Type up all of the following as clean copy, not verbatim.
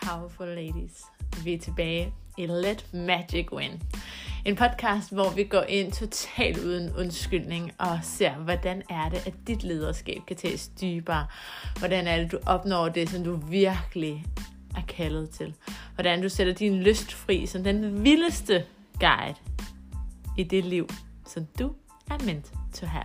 Powerful Ladies. Vi er tilbage i Let Magic Win. En podcast, hvor vi går ind totalt uden undskyldning og ser, hvordan er det, at dit lederskab kan tages dybere. Hvordan er det, du opnår det, som du virkelig er kaldet til. Hvordan du sætter din lyst fri som den vildeste guide i det liv, som du er meant to have.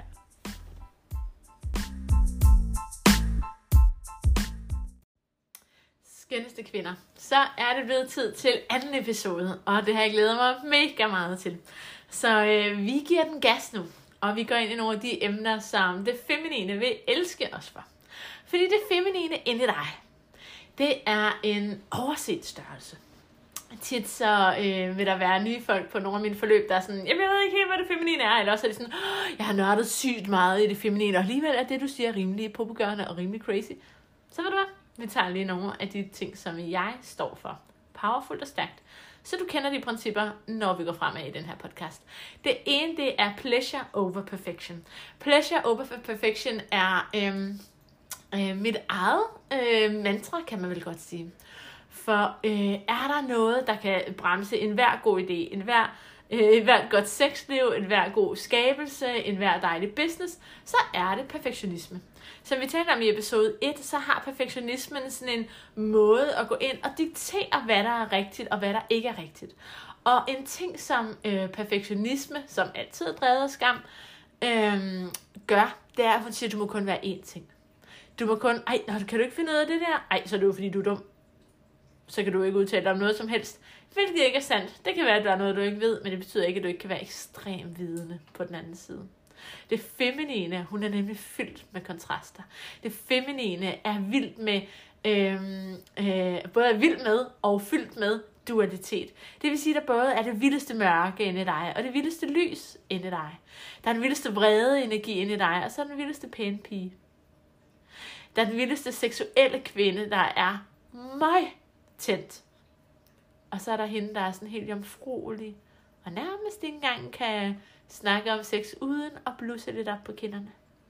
Skønneste kvinder, så er det blevet tid til anden episode, og det har jeg glædet mig mega meget til. Så vi giver den gas nu, og vi går ind i nogle af de emner, som det feminine vil elske os for. Fordi det feminine inde i dig, det er en overset størrelse. Tit så vil der være nye folk på nogle af mine forløb, der er sådan, jeg ved ikke helt, hvad det feminine er, eller også er det sådan, jeg har nørdet sygt meget i det feminine, og alligevel er det, du siger, rimelig propagørende og rimelig crazy. Så ved du hvad? Vi tager lige nogle af de ting, som jeg står for. Powerful og stærkt. Så du kender de principper, når vi går fremad i den her podcast. Det ene, det er pleasure over perfection. Pleasure over perfection er mit eget mantra, kan man vel godt sige. For er der noget, der kan bremse enhver god idé, enhver godt sexliv, enhver god skabelse, enhver dejlig business, så er det perfektionisme. Som vi talte om i episode 1, så har perfektionismen sådan en måde at gå ind og diktere, hvad der er rigtigt og hvad der ikke er rigtigt. Og en ting som perfektionisme, som altid er drevet af skam, gør, det er, at hun siger, at du må kun være én ting. Du må kun, kan du ikke finde ud af det der? Så er det jo fordi, du er dum. Så kan du ikke udtale dig om noget som helst. Hvilket ikke er sandt. Det kan være, at der er noget, du ikke ved, men det betyder ikke, at du ikke kan være ekstremt vidende på den anden side. Det feminine, hun er nemlig fyldt med kontraster. Det feminine er vildt med, både er vild med og fyldt med dualitet. Det vil sige, at der både er det vildeste mørke inde i dig, og det vildeste lys inde i dig. Der er den vildeste vrede energi inde i dig, og så er den vildeste pæne pige. Der er den vildeste seksuelle kvinde, der er meget tændt. Og så er der hende, der er sådan helt jomfruelig, og nærmest ikke engang kan snakke om sex uden at blusse lidt op på kinderne.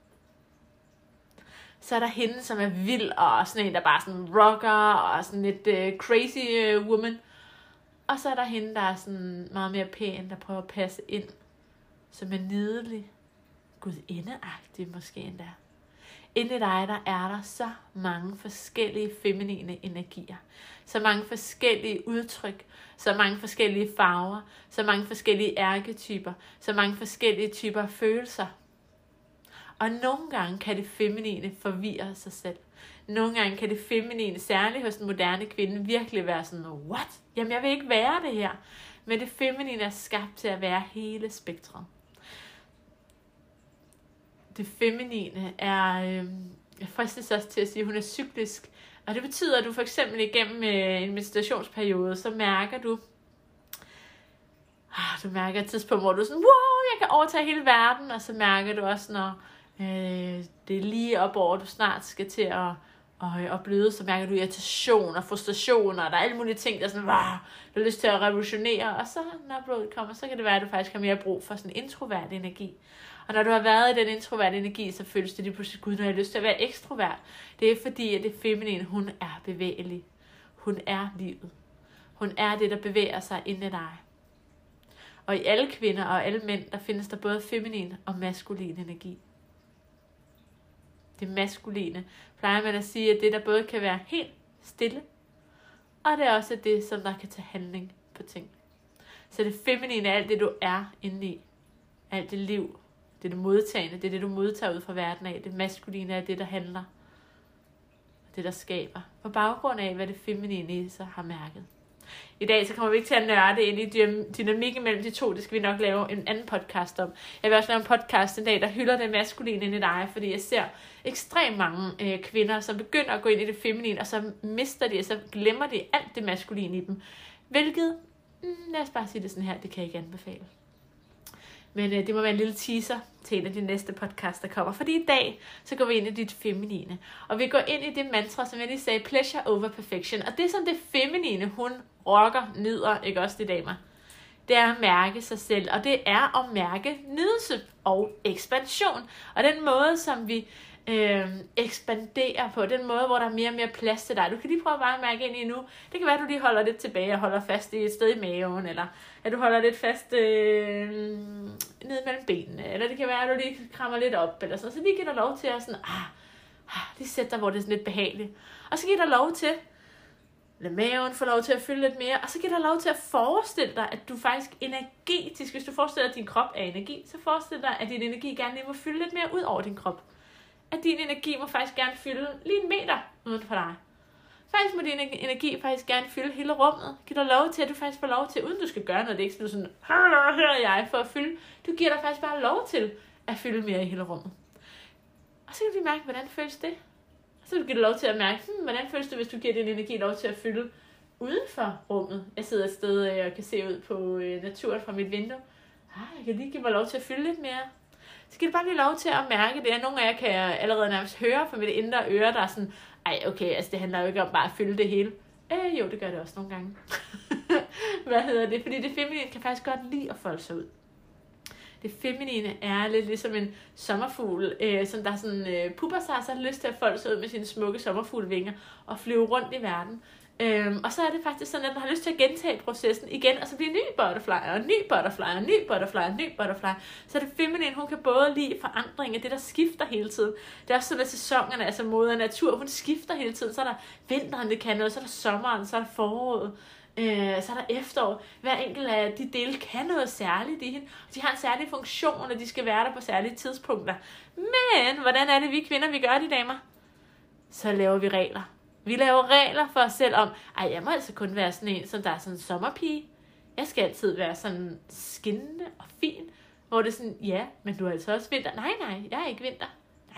Så er der hende, som er vild og sådan en, der bare sådan rocker og sådan lidt crazy woman. Og så er der hende, der er sådan meget mere pæn, der prøver at passe ind, som er nydelig, gudindeagtig måske endda. Inde i dig, der er der så mange forskellige feminine energier. Så mange forskellige udtryk. Så mange forskellige farver. Så mange forskellige arketyper. Så mange forskellige typer af følelser. Og nogle gange kan det feminine forvirre sig selv. Nogle gange kan det feminine, særligt hos den moderne kvinde, virkelig være sådan, what? Jamen jeg vil ikke være det her. Men det feminine er skabt til at være hele spektret. Det feminine er, jeg fristes også til at sige, at hun er cyklisk. Og det betyder, at du for eksempel igennem en meditationsperiode, så mærker du et tidspunkt, hvor du er sådan, wow, jeg kan overtage hele verden. Og så mærker du også, når det er lige op over, du snart skal til at bløde, så mærker du irritation og frustration, og der er alle mulige ting, der er sådan, wow, du har lyst til at revolutionere. Og så, når blodet kommer, så kan det være, at du faktisk har mere brug for sådan en introvert energi. Og når du har været i den introverte energi, så føles det lige pludselig, gud, når jeg har lyst til at være ekstrovert. Det er fordi, at det feminine, hun er bevægelig. Hun er livet. Hun er det, der bevæger sig inde i dig. Og i alle kvinder og alle mænd, der findes der både feminin og maskulin energi. Det maskuline plejer man at sige, at det, der både kan være helt stille, og det er også det, som der kan tage handling på ting. Så det feminine er alt det, du er inde i. Alt det liv. Det er det modtagende, det er det, du modtager ud fra verden af. Det maskuline er det, der handler. Det, der skaber. På baggrund af, hvad det feminine i sig har mærket. I dag så kommer vi ikke til at nørde ind i dynamikken mellem de to. Det skal vi nok lave en anden podcast om. Jeg vil også lave en podcast en dag, der hylder det maskuline ind i dig. Fordi jeg ser ekstremt mange kvinder, som begynder at gå ind i det feminine, og så mister de, og så glemmer de alt det maskuline i dem. Hvilket, lad os bare sige det sådan her, det kan jeg ikke anbefale. Men det må være en lille teaser til en af de næste podcasts, der kommer. Fordi i dag, så går vi ind i dit feminine. Og vi går ind i det mantra, som jeg lige sagde, pleasure over perfection. Og det som det feminine, hun rocker, nyder, ikke også de damer, det er at mærke sig selv. Og det er at mærke nydelse og ekspansion. Og den måde, som vi ekspandere på. Den måde, hvor der er mere og mere plads til dig. Du kan lige prøve bare at mærke ind i nu. Det kan være, at du lige holder lidt tilbage og holder fast i et sted i maven, eller at du holder lidt fast ned mellem benene, eller det kan være, at du lige krammer lidt op, eller sådan. Så lige giver dig lov til at sådan, lige sætte dig, hvor det er sådan lidt behageligt. Og så giver dig lov til, lad maven få lov til at fylde lidt mere, og så giver dig lov til at forestille dig, at du faktisk energetisk, hvis du forestiller dig, at din krop er energi, så forestil dig, at din energi gerne lige må fylde lidt mere ud over din krop. At din energi må faktisk gerne fylde lige 1 meter uden for dig. Faktisk må din energi faktisk gerne fylde hele rummet. Giv dig lov til, at du faktisk får lov til, uden du skal gøre noget. Det er ikke sådan, her er jeg for at fylde. Du giver dig faktisk bare lov til at fylde mere i hele rummet. Og så kan du mærke, hvordan føles det. Og så kan du give dig lov til at mærke, hvordan føles det, hvis du giver din energi lov til at fylde uden for rummet. Jeg sidder et sted og kan se ud på naturen fra mit vindue. Jeg kan lige give mig lov til at fylde lidt mere. Så giver du bare lige lov til at mærke det. Nogle af jer kan jeg allerede nærmest høre fra mit indre øre, der er sådan, okay, altså det handler jo ikke om bare at fylde det hele. Jo, det gør det også nogle gange. Fordi det feminine kan faktisk godt lide at folde sig ud. Det feminine er lidt ligesom en sommerfugl, som der sådan pupper sig, og så har lyst til at folde sig ud med sine smukke sommerfuglvinger og flyve rundt i verden. Og så er det faktisk sådan, at den har lyst til at gentage processen igen, og så bliver en ny butterfly, og en ny butterfly, og en ny butterfly, og en ny butterfly. Så det feminine, hun kan både lide forandring af det, der skifter hele tiden. Det er også sådan, at sæsonerne, altså moder natur, hun skifter hele tiden. Så er der vinteren, det kan noget, så er der sommeren, så er der foråret, så er der efterår. Hver enkelt af de dele kan noget særligt i hende. De har en særlig funktion, og de skal være der på særlige tidspunkter. Men hvordan er det, vi kvinder, vi gør det, damer? Så laver vi regler. Vi laver regler for os selv om, jeg må altså kun være sådan en, som der er sådan en sommerpige. Jeg skal altid være sådan skinnende og fin. Hvor det er sådan, ja, men du er altså også vinter. Nej, jeg er ikke vinter.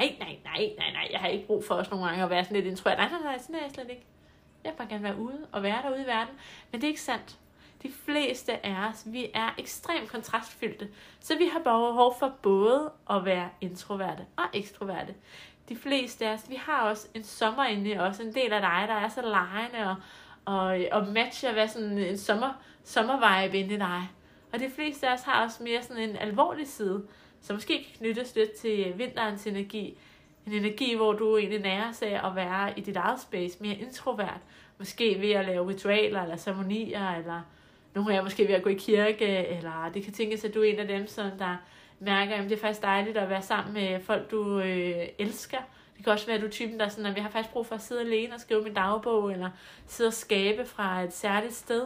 Nej, jeg har ikke brug for os nogle gange at være sådan lidt introvert. Nej, sådan er jeg slet ikke. Jeg vil bare gerne være ude og være derude i verden. Men det er ikke sandt. De fleste af os, vi er ekstremt kontrastfyldte. Så vi har behov for både at være introverte og ekstroverte. De fleste af os, vi har også en sommer inde i os, en del af dig, der er så legende og matcher, hvad sådan en sommervibe inde i dig. Og de fleste af os har også mere sådan en alvorlig side, som måske kan knyttes lidt til vinterens energi. En energi, hvor du egentlig næres af at være i dit eget space, mere introvert. Måske ved at lave ritualer eller ceremonier, eller nogle af jer måske ved at gå i kirke, eller det kan tænkes, at du er en af dem, som der mærker, at det er faktisk dejligt at være sammen med folk, du elsker. Det kan også være, at du er typen, der er sådan, at vi har faktisk brug for at sidde alene og skrive min dagbog, eller sidde og skabe fra et særligt sted.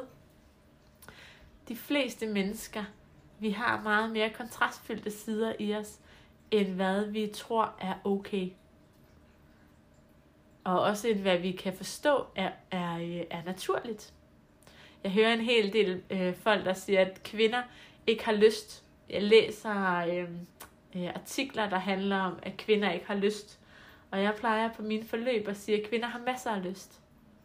De fleste mennesker, vi har meget mere kontrastfyldte sider i os, end hvad vi tror er okay. Og også end hvad vi kan forstå er naturligt. Jeg hører en hel del folk, der siger, at kvinder ikke har lyst. Jeg læser artikler, der handler om, at kvinder ikke har lyst. Og jeg plejer på mine forløb at sige, at kvinder har masser af lyst.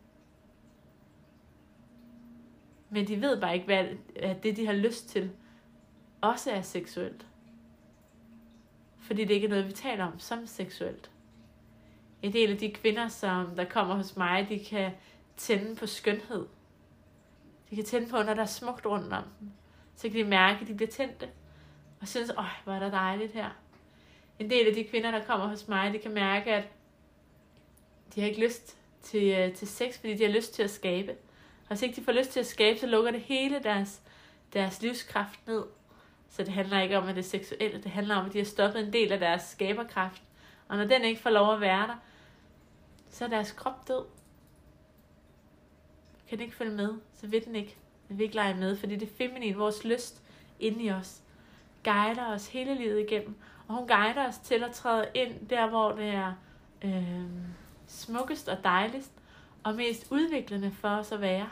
Men de ved bare ikke, at det, de har lyst til, også er seksuelt. Fordi det ikke er noget, vi taler om som seksuelt. En del af de kvinder, som der kommer hos mig, de kan tænde på skønhed. De kan tænde på, når der er smukt rundt om dem. Så kan de mærke, at de bliver tændte. Og synes, hvor er der dejligt her. En del af de kvinder, der kommer hos mig, de kan mærke, at de har ikke lyst til sex, fordi de har lyst til at skabe. Og hvis ikke de får lyst til at skabe, så lukker det hele deres livskraft ned. Så det handler ikke om, at det er seksuelt. Det handler om, at de har stoppet en del af deres skaberkraft. Og når den ikke får lov at være der, så er deres krop død. Kan den ikke følge med, så vil den ikke. Den vil ikke lege med, fordi det er feminin, vores lyst inde i os, guider os hele livet igennem. Og hun guider os til at træde ind der, hvor det er smukkest og dejligst, og mest udviklende for os at være.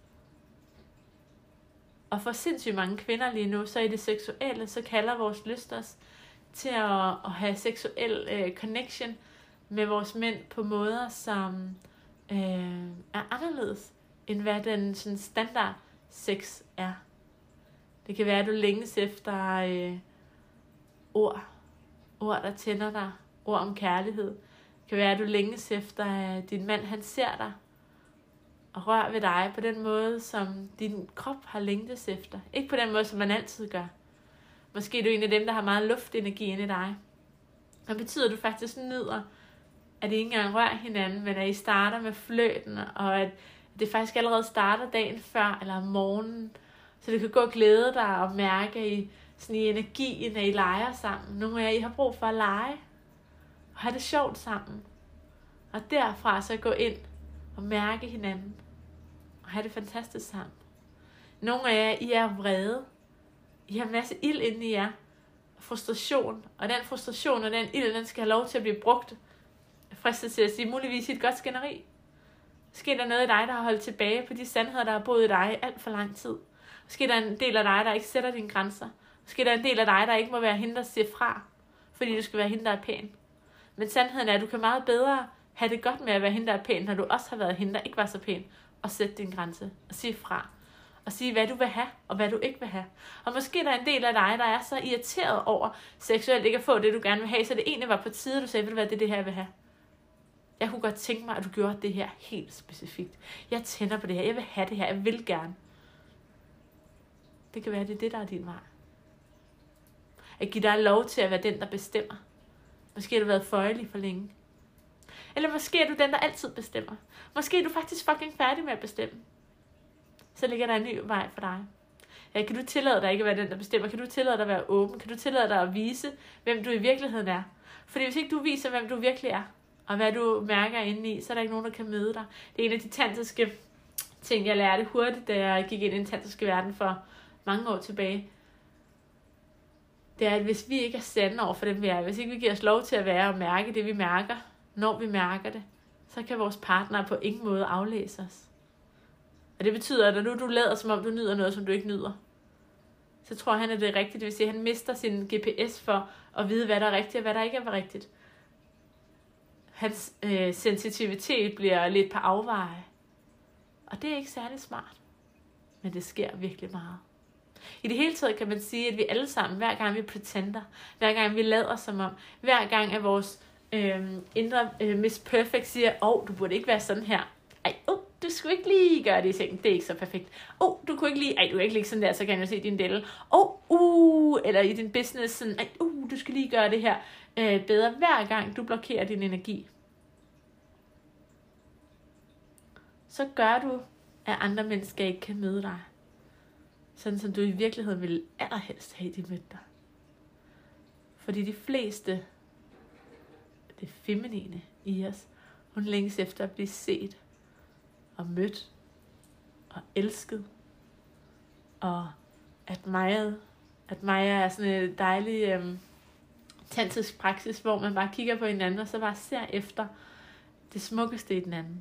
Og for sindssygt mange kvinder lige nu, så i det seksuelle, så kalder vores lyst os til at have seksuel connection med vores mænd på måder, som er anderledes, end hvad den sådan standard sex er. Det kan være, at du længes efter ord, der tænder dig, ord om kærlighed. Det kan være, at du længes efter, at din mand han ser dig og rører ved dig på den måde, som din krop har længtes efter. Ikke på den måde, som man altid gør. Måske er du en af dem, der har meget luftenergi inde i dig. Det betyder, at du faktisk nyder, at I ikke engang rører hinanden, men at I starter med fløten, og at det faktisk allerede starter dagen før, eller om morgenen. Så det kan gå og glæde dig og mærke i energien, at I leger sammen. Nogle af jer, I har brug for at lege, og have det sjovt sammen. Og derfra så gå ind og mærke hinanden, og have det fantastisk sammen. Nogle af jer, I er vrede. I har en masse ild inde i jer. Frustration. Og den frustration og den ild, den skal have lov til at blive brugt. Jeg frister til at sige, muligvis i et godt skænderi. Måske der er noget i dig, der har holdt tilbage på de sandheder, der har boet i dig alt for lang tid. Måske der er en del af dig, der ikke sætter dine grænser. Måske der er en del af dig, der ikke må være hende, der siger fra. Fordi du skal være hende, der er pæn. Men sandheden er, at du kan meget bedre have det godt med at være hende, der er pæn, når du også har været hende, der ikke var så pæn. Og sætte din grænse. Og sige fra. Og sige, hvad du vil have, og hvad du ikke vil have. Og måske der er en del af dig, der er så irriteret over seksuelt ikke at få det, du gerne vil have, så det egentlig var på tide, du sagde, ved du hvad, det er det her, jeg vil have. Jeg kunne godt tænke mig, at du gjorde det her helt specifikt. Jeg tænder på det her, jeg vil have det her, jeg vil gerne. Det kan være, det er det, der er din vej. At give dig lov til at være den, der bestemmer. Måske har du været føjelig for længe. Eller måske er du den, der altid bestemmer. Måske er du faktisk fucking færdig med at bestemme. Så ligger der en ny vej for dig. Ja, kan du tillade dig ikke at være den, der bestemmer? Kan du tillade dig at være åben? Kan du tillade dig at vise, hvem du i virkeligheden er? Fordi hvis ikke du viser, hvem du virkelig er, og hvad du mærker indeni, så er der ikke nogen, der kan møde dig. Det er en af de tantriske ting, jeg lærte hurtigt, da jeg gik ind i den tantriske verden for mange år tilbage. Det er, at hvis vi ikke er sande over for dem, vi er, hvis ikke vi giver os lov til at være og mærke det, vi mærker, når vi mærker det, så kan vores partner på ingen måde aflæse os. Og det betyder, at når nu du lader, som om du nyder noget, som du ikke nyder, så tror han, at det er rigtigt. Det vil sige, at han mister sin GPS for at vide, hvad der er rigtigt og hvad der ikke er rigtigt. Hans sensitivitet bliver lidt på afveje. Og det er ikke særlig smart. Men det sker virkelig meget. I det hele taget kan man sige, at vi alle sammen, hver gang vi pretender, hver gang vi lader som om, hver gang at vores indre Miss Perfect siger, du burde ikke være sådan her. Du skulle ikke lige gøre det i sengen, det er ikke så perfekt. Du kunne ikke lige, du kan ikke ligge sådan der, så kan jeg se din delle. Eller i din business, sådan, du skal lige gøre det her bedre, hver gang du blokerer din energi. Så gør du, at andre mennesker ikke kan møde dig. Sådan som du i virkeligheden vil allerhelst have, de mødte dig. Fordi de fleste, det feminine i os, hun længes efter at blive set og mødt og elsket og admiret. Admire er sådan en dejlig tantrisk praksis, hvor man bare kigger på hinanden og så bare ser efter det smukkeste i den anden.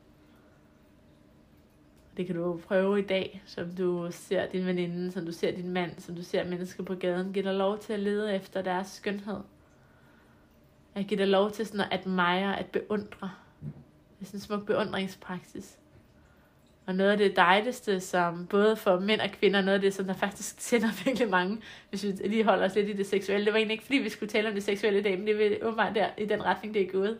Det kan du prøve i dag, som du ser din veninde, som du ser din mand, som du ser mennesker på gaden. Giv dig lov til at lede efter deres skønhed. Jeg giver dig lov til sådan at admire, at beundre. Det er sådan en smuk beundringspraksis. Og noget af det dejligste, som både for mænd og kvinder, noget af det, som der faktisk tænder virkelig mange, hvis vi lige holder os lidt i det seksuelle. Det var egentlig ikke, fordi vi skulle tale om det seksuelle i dag, men det er åbenbart der, i den retning, det er gået.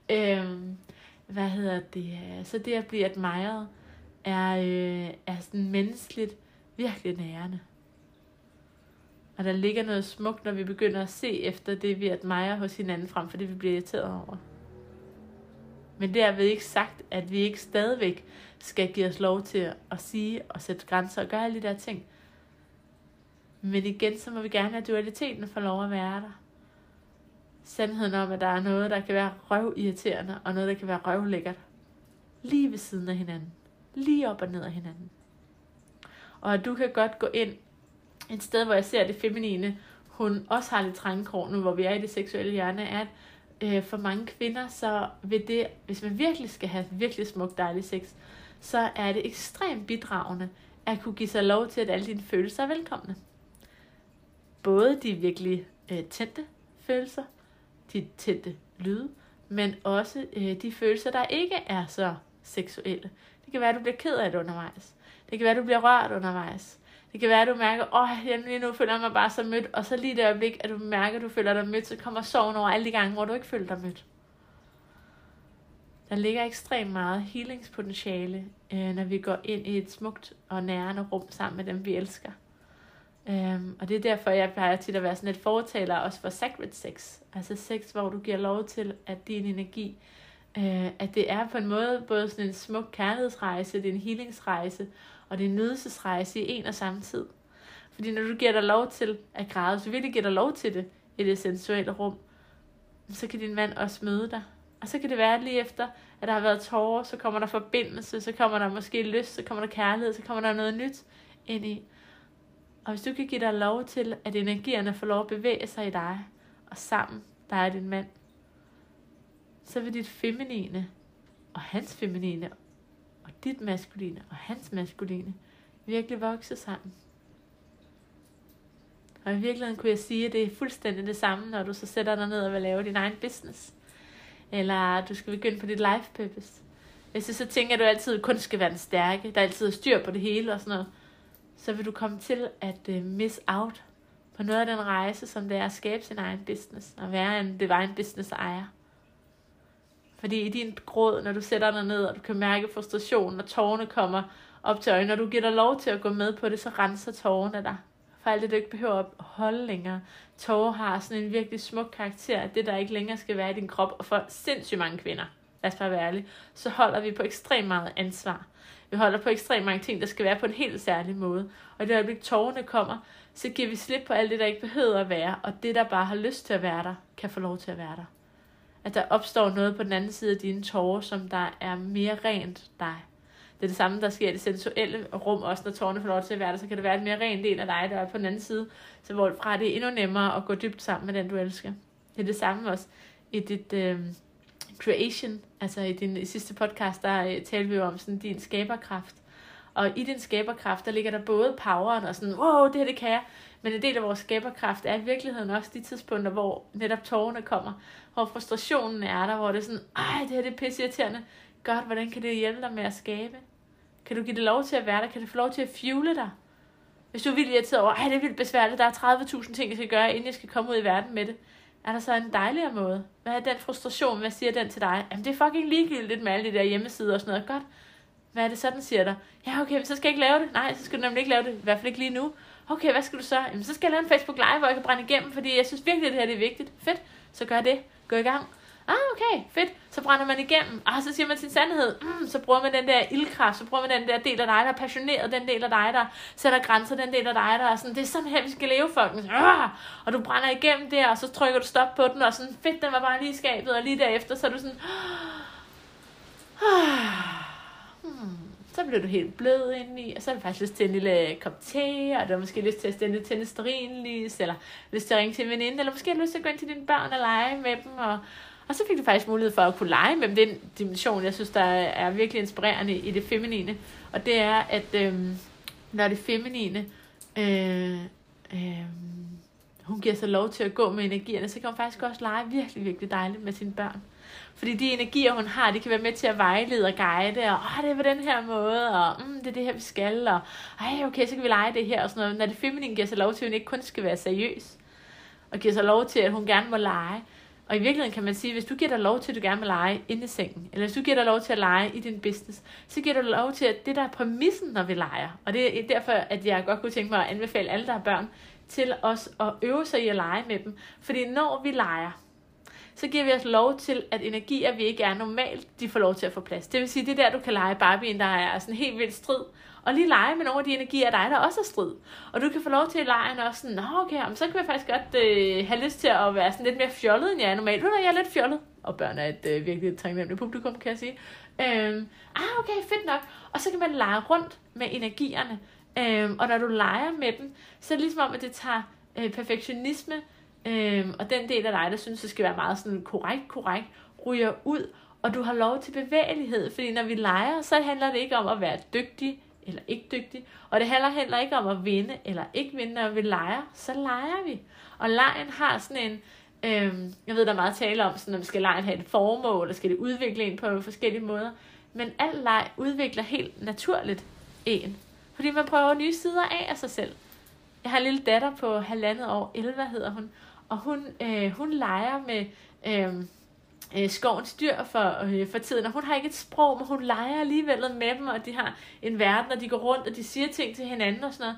Så det at blive admiret, er sådan menneskeligt virkelig nærende. Og der ligger noget smukt, når vi begynder at se efter det, vi admirer hos hinanden, frem for det, vi bliver irriteret over. Men derved ikke sagt, at vi ikke stadigvæk skal give os lov til at sige og sætte grænser og gøre alle de der ting. Men igen, så må vi gerne have dualiteten for lov at være der. Sandheden om, at der er noget, der kan være røvirriterende, og noget, der kan være røvlækkert. Lige ved siden af hinanden. Lige op og ned af hinanden. Og du kan godt gå ind et sted, hvor jeg ser det feminine, hun også har lidt trængekår nu, hvor vi er i det seksuelle hjørne, er, at for mange kvinder, så vil det, hvis man virkelig skal have virkelig smuk, dejlig sex, så er det ekstremt bidragende at kunne give sig lov til, at alle dine følelser er velkomne. Både de virkelig tændte følelser, de tændte lyde, men også de følelser, der ikke er så seksuelle. Det kan være, at du bliver ked af det undervejs. Det kan være, at du bliver rørt undervejs. Det kan være, at du mærker, lige nu føler jeg mig bare så mødt, og så lige det øjeblik, at du mærker, at du føler dig mødt, så kommer sorgen over alle de gange, hvor du ikke føler dig mødt. Der ligger ekstremt meget healingspotentiale, når vi går ind i et smukt og nærende rum sammen med dem, vi elsker. Og det er derfor, jeg plejer tit at være sådan et fortaler også for sacred sex. Altså sex, hvor du giver lov til, at din energi, at det er på en måde både sådan en smuk kærlighedsrejse, det er en healingsrejse, og det er en nydelsesrejse i en og samme tid. Fordi når du giver dig lov til at græde, så virkelig giver dig lov til det i det sensuelle rum, så kan din mand også møde dig. Og så kan det være lige efter, at der har været tårer, så kommer der forbindelse, så kommer der måske lyst, så kommer der kærlighed, så kommer der noget nyt ind i. Og hvis du kan give dig lov til, at energierne får lov at bevæge sig i dig, og sammen, dig og din mand, så vil dit feminine, og hans feminine, og dit maskuline, og hans maskuline, virkelig vokse sammen. Og i virkeligheden kunne jeg sige, at det er fuldstændig det samme, når du så sætter dig ned og vil lave din egen business. Eller du skal begynde på dit life purpose. Hvis du så tænker, at du altid kun skal være den stærke, der altid er styr på det hele og sådan noget, så vil du komme til at miss out på noget af den rejse, som det er at skabe sin egen business, og være en divine business ejer. Fordi i din gråd, når du sætter dig ned, og du kan mærke frustrationen, og tårerne kommer op til øjnene, når du giver dig lov til at gå med på det, så renser tårerne dig. For alt det, du ikke behøver at holde længere. Tårer har sådan en virkelig smuk karakter, at det, der ikke længere skal være i din krop, og for sindssygt mange kvinder, lad os bare være ærlige, så holder vi på ekstremt meget ansvar. Vi holder på ekstremt mange ting, der skal være på en helt særlig måde. Og i det øjeblik tårerne kommer, så giver vi slip på alt det, der ikke behøver at være, og det, der bare har lyst til at være der, kan få lov til at være der. At der opstår noget på den anden side af dine tårer, som der er mere rent dig. Det er det samme, der sker i det sensuelle rum, også når tårerne får lov til at være der, så kan det være et mere rent del af dig, der er på den anden side, så hvorfra det er endnu nemmere at gå dybt sammen med den, du elsker. Det er det samme også i dit creation, altså i sidste podcast, der talte vi jo om sådan din skaberkraft. Og i din skaberkraft, der ligger der både poweren og sådan, wow, det her det kan jeg, men en del af vores skaberkraft er i virkeligheden også de tidspunkter, hvor netop tårerne kommer, hvor frustrationen er der, hvor det er sådan, det her det er pisseirriterende. Godt, hvordan kan det hjælpe dig med at skabe? Kan du give det lov til at være der? Kan det få lov til at fuele dig? Hvis du er vildt irriteret over, det er vildt besværligt, der er 30.000 ting, jeg skal gøre, inden jeg skal komme ud i verden med det. Er der så en dejligere måde? Hvad er den frustration? Hvad siger den til dig? Jamen, det er fucking ligegyldigt med alle de der hjemmesider og sådan noget. Godt. Hvad er det så, den siger dig? Ja, okay, men så skal jeg ikke lave det. Nej, så skal du nemlig ikke lave det. I hvert fald ikke lige nu. Okay, hvad skal du så? Jamen, så skal jeg lave en Facebook Live, hvor jeg kan brænde igennem, fordi jeg synes virkelig, at det her det er vigtigt. Fedt. Så gør det. Gå i gang. Okay, fedt. Så brænder man igennem. Så siger man sin sandhed. Så bruger man den der ildkraft. Så bruger man den der del af dig, der er passioneret. Den del af dig, der sætter grænser. Den del af dig, der er sådan, det er sådan her, vi skal leve, folkens. Og du brænder igennem der, og så trykker du stop på den, og sådan, fedt, den var bare lige i skabet. Og lige derefter, så er du sådan, så bliver du helt blød indeni, og så er du faktisk lyst til en lille kop te, og du har måske lyst til at tænde stearinlys, eller lyst til at ringe til en veninde, eller måske har lyst til at gå ind til dine børn og lege med dem, og så fik du faktisk mulighed for at kunne lege med dem. Det er en dimension, jeg synes, der er virkelig inspirerende i det feminine. Og det er, at når det feminine, hun giver sig lov til at gå med energierne, så kan hun faktisk også lege virkelig, virkelig dejligt med sine børn. Fordi de energier, hun har, de kan være med til at vejlede og guide, og det er på den her måde, og det er det her, vi skal, og okay, så kan vi lege det her, og sådan noget. Når det feminine giver sig lov til, at hun ikke kun skal være seriøs, og giver sig lov til, at hun gerne må lege. Og i virkeligheden kan man sige, hvis du giver dig lov til, at du gerne vil lege inde i sengen, eller hvis du giver dig lov til at lege i din business, så giver du lov til, at det der er præmissen, når vi leger. Og det er derfor, at jeg godt kunne tænke mig at anbefale alle, der har børn, til os at øve sig i at lege med dem. Fordi når vi leger, så giver vi os lov til, at energier, vi ikke er normalt, de får lov til at få plads. Det vil sige, det er der, du kan lege Barbie'en, der er sådan helt vildt strid, og lige lege med nogle af de energier af dig, der også er strid. Og du kan få lov til at lege også sådan, okay, så kan jeg faktisk godt have lyst til at være sådan lidt mere fjollet, end jeg er normalt. Jeg er lidt fjollet, og børn er et virkelig taknemmeligt publikum, kan jeg sige. Okay, fedt nok. Og så kan man lege rundt med energierne. Og når du leger med dem, så er det ligesom om, at det tager perfektionisme, og den del af dig, der synes, det skal være meget sådan korrekt, ryger ud, og du har lov til bevægelighed, fordi når vi leger, så handler det ikke om at være dygtig eller ikke dygtig, og det handler heller ikke om at vinde eller ikke vinde. Når vi leger, så leger vi, og legen har sådan en, jeg ved, der er meget tale om, sådan, om skal legen have et formål, eller skal det udvikle en på forskellige måder, men al leg udvikler helt naturligt en, fordi man prøver nye sider af sig selv. Jeg har en lille datter på 1,5 år, 11 hedder hun, og hun leger med skovens dyr for tiden, og hun har ikke et sprog, men hun leger alligevel med dem, og de har en verden, og de går rundt, og de siger ting til hinanden og sådan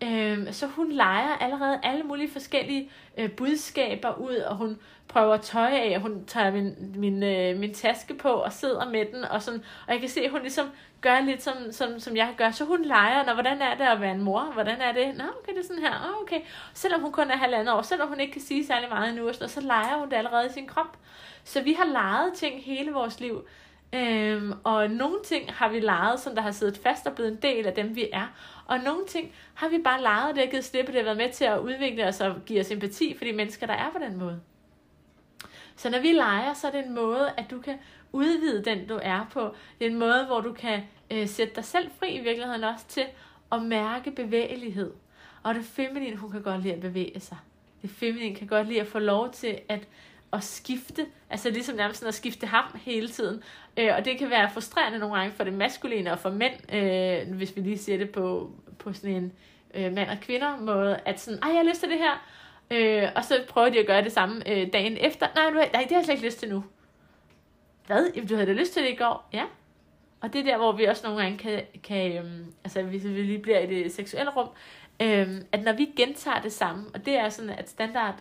Så hun leger allerede alle mulige forskellige budskaber ud, og hun prøver tøj af, og hun tager min taske på og sidder med den, og jeg kan se, at hun ligesom gør lidt som jeg gør. Så hun leger, hvordan er det at være en mor? Hvordan er det? Nå, okay, det er sådan her. Okay. Selvom hun kun er 1,5 år, selvom hun ikke kan sige særlig meget endnu, så leger hun det allerede i sin krop. Så vi har leget ting hele vores liv. Og nogle ting har vi leget, som der har siddet fast og blevet en del af dem, vi er. Og nogle ting har vi bare leget, og det har givet slippe, det har været med til at udvikle os og give os empati for de mennesker, der er på den måde. Så når vi leger, så er det en måde, at du kan udvide den, du er på. Det er en måde, hvor du kan sætte dig selv fri i virkeligheden også til at mærke bevægelighed. Og det feminine, hun kan godt lide at bevæge sig. Det feminine kan godt lide at få lov til at skifte, altså ligesom nærmest sådan at skifte ham hele tiden. Og det kan være frustrerende nogle gange for det maskuline og for mænd, hvis vi lige siger det på sådan en mand og kvinder måde, at sådan, jeg har lyst til det her, og så prøver de at gøre det samme dagen efter. Nej, det har jeg slet ikke lyst til nu. Hvad? Jamen, du havde da lyst til det i går? Ja. Og det er der, hvor vi også nogle gange kan altså hvis vi lige bliver i det seksuelle rum, at når vi gentager det samme, og det er sådan, at standard,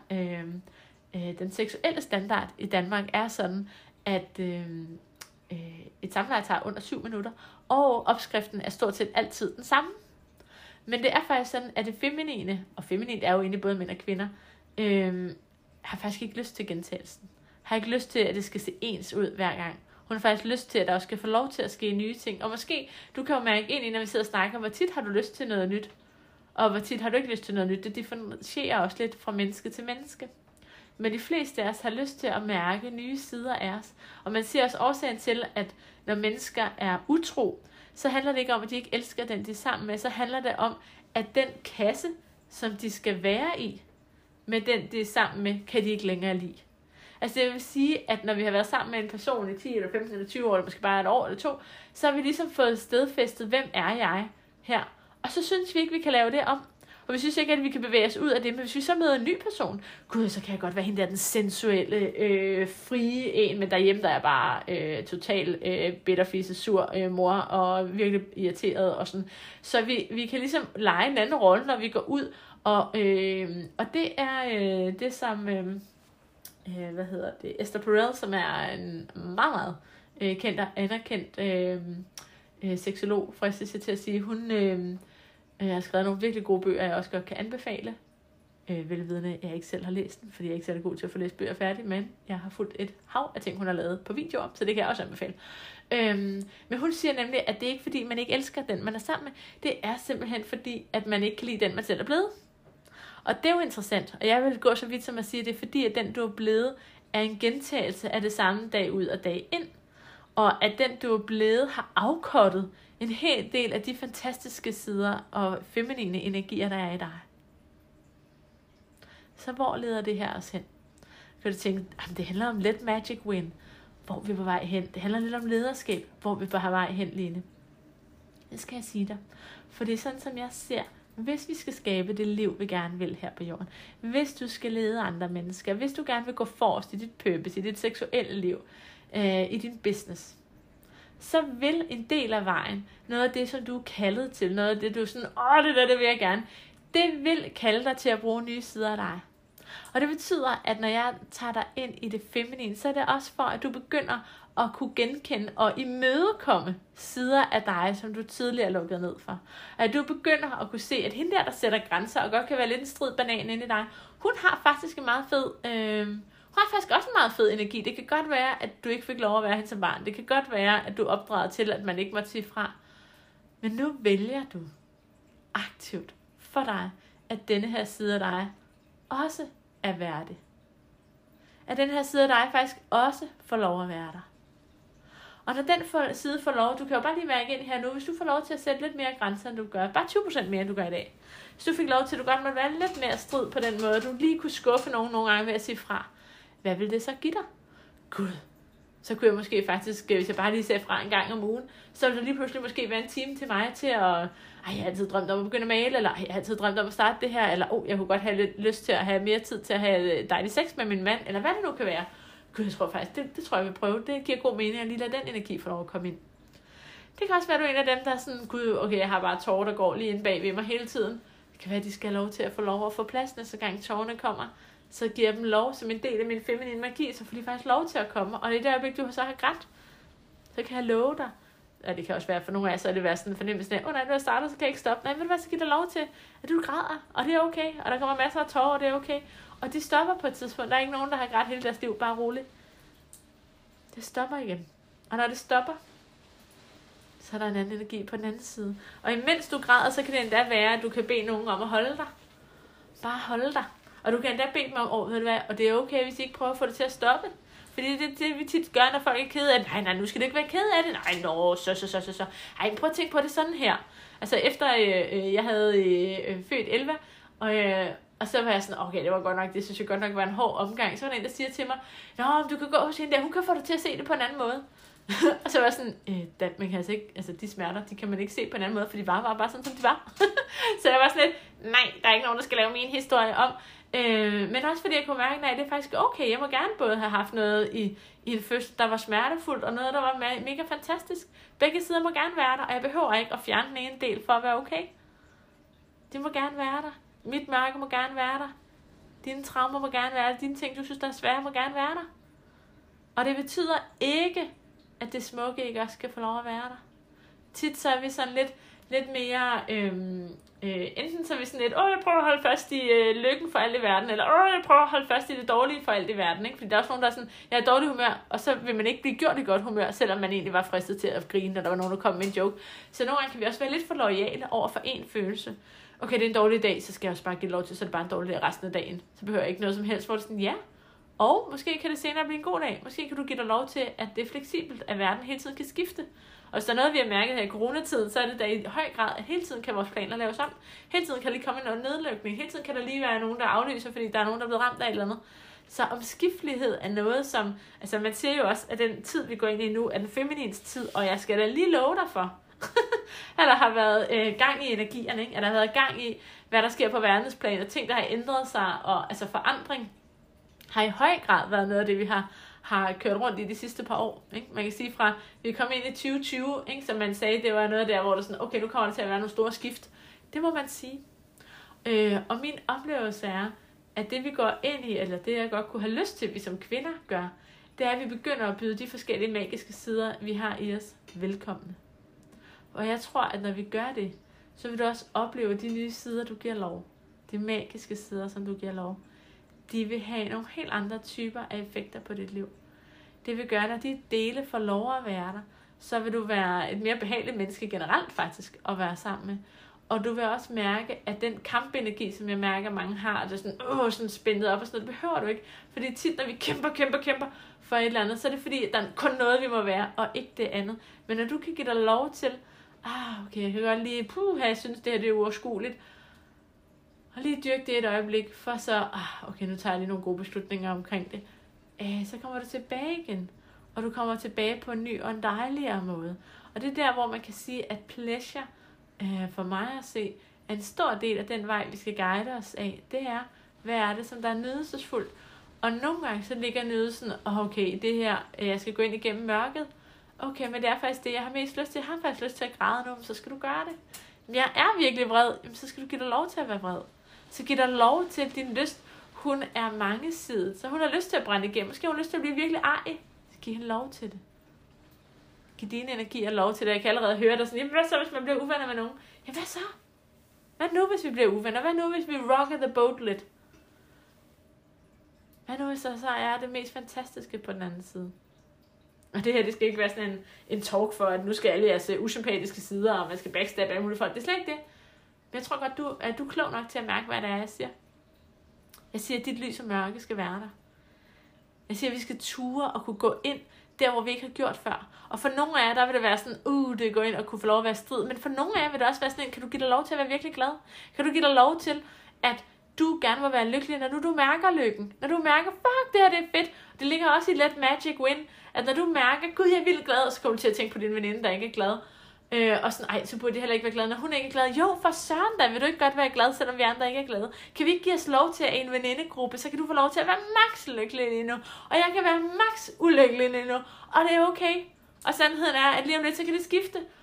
den seksuelle standard i Danmark er sådan, at et samleje tager under 7 minutter, og opskriften er stort set altid den samme. Men det er faktisk sådan, at det feminine, og feminint er jo egentlig både mænd og kvinder, har faktisk ikke lyst til gentagelsen. Har ikke lyst til, at det skal se ens ud hver gang. Hun har faktisk lyst til, at der også skal få lov til at ske nye ting. Og måske, du kan jo mærke ind i, når vi sidder og snakker, hvor tit har du lyst til noget nyt, og hvor tit har du ikke lyst til noget nyt. Det differentierer også lidt fra menneske til menneske. Men de fleste af os har lyst til at mærke nye sider af os. Og man siger også årsagen til, at når mennesker er utro, så handler det ikke om, at de ikke elsker den, de er sammen med. Så handler det om, at den kasse, som de skal være i, med den, de er sammen med, kan de ikke længere lide. Altså det vil sige, at når vi har været sammen med en person i 10 eller 15 eller 20 år, eller måske bare et år eller 2, så har vi ligesom fået stedfæstet, hvem er jeg her? Og så synes vi ikke, vi kan lave det om. Og vi synes ikke, at vi kan bevæge os ud af det. Men hvis vi så møder en ny person, gud, så kan jeg godt være hende der, den sensuelle, frie en, men derhjemme der er bare total bitterfisse, sur mor, og virkelig irriteret og sådan. Så vi kan ligesom lege en anden rolle, når vi går ud. Og det er det, som Esther Perel, som er en meget, meget kendt og anerkendt seksolog, fristes jeg til at sige, hun har skrevet nogle virkelig gode bøger, jeg også godt kan anbefale. Velvidende, jeg ikke selv har læst den, fordi jeg ikke er så god til at få læst bøger færdig, men jeg har fulgt et hav af ting, hun har lavet på video om, så det kan jeg også anbefale. Men hun siger nemlig, at det er ikke fordi, man ikke elsker den, man er sammen med. Det er simpelthen fordi, at man ikke kan lide den, man selv er blevet. Og det er jo interessant, og jeg vil gå så vidt som at sige, at det er fordi, at den, du er blevet, er en gentagelse af det samme dag ud og dag ind. Og at den, du er blevet, har afkortet en hel del af de fantastiske sider og feminine energier, der er i dig. Så hvor leder det her os hen? Kan du tænke, det handler om let magic win, hvor vi er på vej hen. Det handler lidt om lederskab, hvor vi er på vej hen, Line. Det skal jeg sige dig. For det er sådan, som jeg ser, hvis vi skal skabe det liv, vi gerne vil her på jorden. Hvis du skal lede andre mennesker. Hvis du gerne vil gå forrest i dit purpose, i dit seksuelle liv, i din business. Så vil en del af vejen, noget af det, som du er kaldet til, noget af det, du er sådan, det vil jeg gerne, det vil kalde dig til at bruge nye sider af dig. Og det betyder, at når jeg tager dig ind i det feminine, så er det også for, at du begynder at kunne genkende og imødekomme sider af dig, som du tidligere er lukket ned for. At du begynder at kunne se, at hende der sætter grænser, og godt kan være lidt en strid banan inde i dig, hun har faktisk en meget fed... Hun har faktisk også en meget fed energi. Det kan godt være, at du ikke fik lov at være hende som barn. Det kan godt være, at du er opdraget til, at man ikke måtte sige fra. Men nu vælger du aktivt for dig, at denne her side af dig også er værdig. At den her side af dig faktisk også får lov at være der. Og når den side får lov, du kan jo bare lige mærke ind her nu, hvis du får lov til at sætte lidt mere grænser, end du gør, bare 20% mere, end du gør i dag. Hvis du fik lov til, at du godt måtte være lidt mere strid på den måde, du lige kunne skuffe nogen nogle gange ved at sige fra, hvad vil det så give dig? Gud, så kunne jeg måske faktisk, hvis jeg bare lige sagde fra en gang om ugen, så ville der lige pludselig måske være en time til mig til at, jeg har altid drømt om at begynde at male, eller jeg har altid drømt om at starte det her, eller jeg kunne godt have lidt lyst til at have mere tid til at have dejlig sex med min mand, eller hvad det nu kan være. Gud, jeg tror faktisk, det tror jeg vil prøve. Det giver god mening at lige lade den energi få lov at komme ind. Det kan også være, at du er en af dem, der er sådan, gud, okay, jeg har bare tårer, der går lige inde bag ved mig hele tiden. Det kan være, at de skal have lov til at få lov at få plads, næste gang tårerne kommer. Så giver jeg dem lov som en del af min feminine magi, så får de faktisk lov til at komme. Og i det øjeblik, du så har grædt, så kan jeg love dig. Og det kan også være for nogle af jer, så er det være sådan en fornemmelse af, nej, nu er jeg startet, så kan jeg ikke stoppe. Nej, ved du hvad, så giver dig lov til, at du græder, og det er okay. Og der kommer masser af tårer, og det er okay. Og de stopper på et tidspunkt. Der er ikke nogen, der har grædt hele deres liv, bare roligt. Det stopper igen. Og når det stopper, så er der en anden energi på den anden side. Og imens du græder, så kan det endda være, at du kan bede nogen om at holde dig. Bare holde dig. Og du kan endda bede dem om, ved du hvad, og det er okay, hvis I ikke prøver at få det til at stoppe. Fordi det er det, vi tit gør, når folk er kede af det. Nej, nu skal du ikke være ked af det. Nej, så. Ej, prøv at tænke på det sådan her. Altså efter jeg havde født Elva, og så var jeg sådan, okay, det var godt nok, det synes jeg godt nok var en hård omgang. Så var der en, der siger til mig, du kan gå hos hende der, hun kan få dig til at se det på en anden måde. Og så var jeg sådan, man kan altså ikke, altså de smerter, de kan man ikke se på en anden måde, for de var bare sådan, som de var. Så jeg var sådan lidt, nej, der er ikke nogen, der skal lave min historie om. Men også fordi jeg kunne mærke, at det er faktisk okay, jeg må gerne både have haft noget i en fødsel, der var smertefuldt, og noget, der var mega fantastisk. Begge sider må gerne være der, og jeg behøver ikke at fjerne den ene del for at være okay. Det må gerne være der. Mit mørke må gerne være der. Dine traumer må gerne være der. Dine ting, du synes, der er svære, må gerne være der. Og det betyder ikke, at det smukke ikke også skal få lov at være der. Tit så er vi sådan lidt mere, enten så er vi sådan lidt, jeg prøver at holde fast i lykken for alt i verden, eller jeg prøver at holde fast i det dårlige for alt i verden, ikke? Fordi der er også nogen, der er sådan, jeg er i dårlig humør, og så vil man ikke blive gjort i godt humør, selvom man egentlig var fristet til at grine, når der var nogen, der kom med en joke. Så nogle gange kan vi også være lidt for loyale over for en følelse. Okay, det er en dårlig dag, så skal jeg også bare give lov til, så er det bare en dårlig dag resten af dagen. Så behøver jeg ikke noget som helst, hvor det sådan, ja. Og måske kan det senere blive en god dag. Måske kan du give dig lov til, at det er fleksibelt, at verden hele tiden kan skifte. Og hvis der er noget, vi har mærket her i coronatiden, så er det da i høj grad, at hele tiden kan vores planer laves om. Hele tiden kan lige komme noget nedlukning. Hele tiden kan der lige være nogen, der aflyser, fordi der er nogen, der er blevet ramt af et eller andet. Så omskiftelighed er noget, som... Altså man siger jo også, at den tid, vi går ind i nu, er den feminins tid. Og jeg skal da lige love dig for, at der har været gang i energierne, ikke? At der har været gang i, hvad der sker på verdensplan, og ting, der har ændret sig, og altså forandring har i høj grad været noget af det, vi har kørt rundt i de sidste par år. Ikke? Man kan sige fra, vi kom ind i 2020, ikke? Som man sagde, det var noget der, hvor det sådan, okay, nu kommer der til at være nogle store skift. Det må man sige. Og min oplevelse er, at det vi går ind i, eller det jeg godt kunne have lyst til, vi som kvinder gør, det er, at vi begynder at byde de forskellige magiske sider, vi har i os, velkomne. Og jeg tror, at når vi gør det, så vil du også opleve de nye sider, du giver lov. De magiske sider, som du giver lov. De vil have nogle helt andre typer af effekter på dit liv. Det vil gøre, når de dele får lov at være der, så vil du være et mere behageligt menneske generelt faktisk at være sammen med. Og du vil også mærke, at den kampenergi, som jeg mærker, mange har, det er sådan spændet op og sådan noget, det behøver du ikke. Fordi tit, når vi kæmper for et eller andet, så er det fordi, at der er kun noget, vi må være, og ikke det andet. Men når du kan give dig lov til, okay, jeg kan godt lige, jeg synes, det her det er uoverskueligt, og lige dyrke det et øjeblik, for så, okay, nu tager jeg lige nogle gode beslutninger omkring det. Så kommer du tilbage igen, og du kommer tilbage på en ny og en dejligere måde. Og det er der, hvor man kan sige, at pleasure, for mig at se, er en stor del af den vej, vi skal guide os af. Det er, hvad er det, som der er nydelsesfuldt. Og nogle gange så ligger nydelsen, okay, det her, jeg skal gå ind igennem mørket. Okay, men det er faktisk det, jeg har mest lyst til. Jeg har faktisk lyst til at græde nu, så skal du gøre det. Men jeg er virkelig vred, så skal du give dig lov til at være vred. Så giv dig lov til, at din lyst, hun er mangesidet. Så hun har lyst til at brænde igennem. Måske har hun lyst til at blive virkelig ej. Så giv hende lov til det. Giv dine energier lov til det. Jeg kan allerede høre dig sådan, jamen hvad så, hvis man bliver uvenner med nogen? Ja, hvad så? Hvad nu, hvis vi bliver uvenner? Hvad nu, hvis vi rocker the boat lidt? Hvad nu, hvis så er det mest fantastiske på den anden side? Og det her, det skal ikke være sådan en talk for, at nu skal alle jeres usympatiske sider, og man skal backstabbe alle mulige folk. Det er slet ikke det. Men jeg tror godt, at du er klog nok til at mærke, hvad det er, jeg siger. Jeg siger, at dit lys og mørke skal være der. Jeg siger, at vi skal ture og kunne gå ind der, hvor vi ikke har gjort før. Og for nogle af jer, der vil det være sådan, det går ind og kunne få lov at være strid. Men for nogle af jer vil det også være sådan, kan du give dig lov til at være virkelig glad? Kan du give dig lov til, at du gerne må være lykkelig, når du mærker lykken? Når du mærker, fuck, det her det er fedt. Det ligger også i Let Magic Win, at når du mærker, gud, jeg er vildt glad, og så kommer du til at tænke på din veninde, der ikke er glad. Og sådan, så burde jeg heller ikke være glad, når hun ikke er glad. Jo, for søren da, vil du ikke godt være glad, selvom vi andre ikke er glade? Kan vi ikke give os lov til at en venindegruppe, så kan du få lov til at være max lykkelig lige nu, og jeg kan være max ulykkelig lige nu, og det er okay. Og sandheden er, at lige om lidt, så kan det skifte,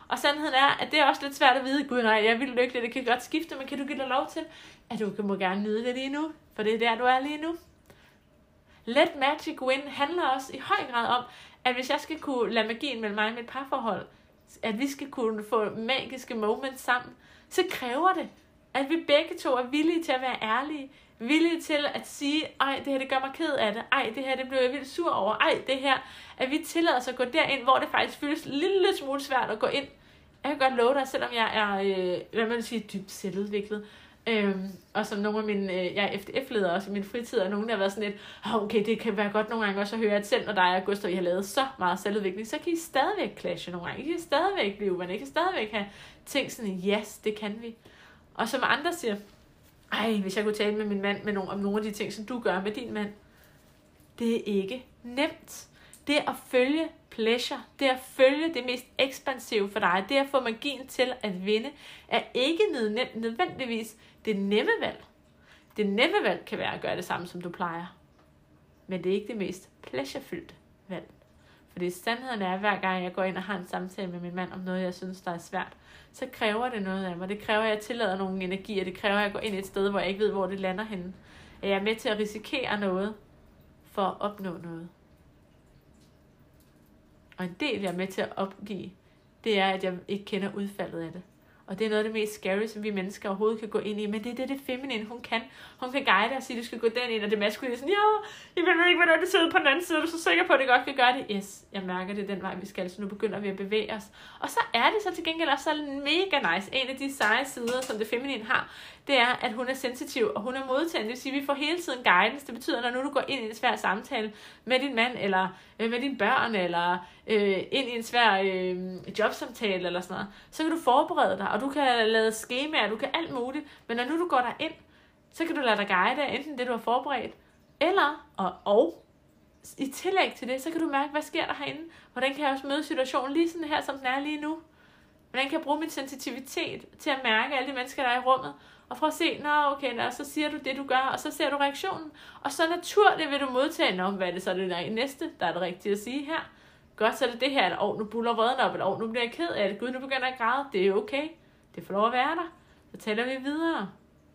Og sandheden er, at det er også lidt svært at vide, gud nej, jeg er vildt lykkelig, det kan godt skifte, men kan du give dig lov til, at du må gerne nyde det lige nu, for det er der, du er lige nu. Let Magic Win handler også i høj grad om, at hvis jeg skal kunne lade magien mellem mig og mit parforhold, at vi skal kunne få magiske moments sammen, så kræver det, at vi begge to er villige til at være ærlige, villige til at sige, ej, det her det gør mig ked af det, ej, det her det blev jeg vildt sur over, ej, det her, at vi tillader os at gå derind, hvor det faktisk føles en lille smule svært at gå ind. Jeg kan godt love dig, selvom jeg er, hvad man sige, dybt selvudviklet, og som nogle af mine, jeg er FDF-leder også i min fritid, og nogen der har været sådan lidt, okay, det kan være godt nogle gange også at høre, at selv når dig og Gustav, I har lavet så meget selvudvikling, så kan I stadigvæk clashe nogle gange, I kan stadigvæk blive uvenner, I kan stadigvæk have ting sådan, yes, det kan vi. Og som andre siger, ej, hvis jeg kunne tale med min mand om nogle af de ting, som du gør med din mand, det er ikke nemt. Det at følge pleasure, det at følge det mest ekspansive for dig, det at få magien til at vinde, er ikke nødvendigvis det nemme valg. Det nemme valg kan være at gøre det samme, som du plejer. Men det er ikke det mest pleasurefyldte valg. Fordi sandheden er, at hver gang jeg går ind og har en samtale med min mand om noget, jeg synes, der er svært, så kræver det noget af mig. Det kræver, at jeg tillader nogle energier. Det kræver, at jeg går ind et sted, hvor jeg ikke ved, hvor det lander henne. At jeg er med til at risikere noget for at opnå noget. Og en del, jeg er med til at opgive, det er, at jeg ikke kender udfaldet af det. Og det er noget af det mest scary, som vi mennesker overhovedet kan gå ind i. Men det er det feminine, hun kan. Hun kan guide og sige, at du skal gå den ind, og det maskuline er sådan, jeg ved ikke, hvordan det sidder på den anden side. Er du så sikker på, at det godt kan gøre det? Yes, jeg mærker det den vej, vi skal. Så nu begynder vi at bevæge os. Og så er det så til gengæld også så mega nice. En af de seje sider, som det feminine har, det er, at hun er sensitiv, og hun er modtagende. Det vil sige, at vi får hele tiden guidance. Det betyder, at når nu du går ind i en svær samtale med din mand, eller med dine børn, eller ind i en svær jobsamtale, eller sådan noget, så kan du forberede dig, og du kan lade skemaer, du kan alt muligt. Men når nu du går derind, så kan du lade dig guide af enten det, du har forberedt, eller, og i tillæg til det, så kan du mærke, hvad sker der herinde? Hvordan kan jeg også møde situationen lige sådan her, som den er lige nu? Hvordan kan jeg bruge min sensitivitet til at mærke alle de mennesker, der er i rummet? Og prøv at se, så siger du det, du gør, og så ser du reaktionen. Og så naturligt vil du modtage, hvad er det så det der næste, der er det rigtige at sige her? Godt, så er det det her, eller nu buller vreden op, eller nu bliver jeg ked af det, gud, nu begynder jeg at græde, det er okay. Det får lov at være der. Så taler vi videre.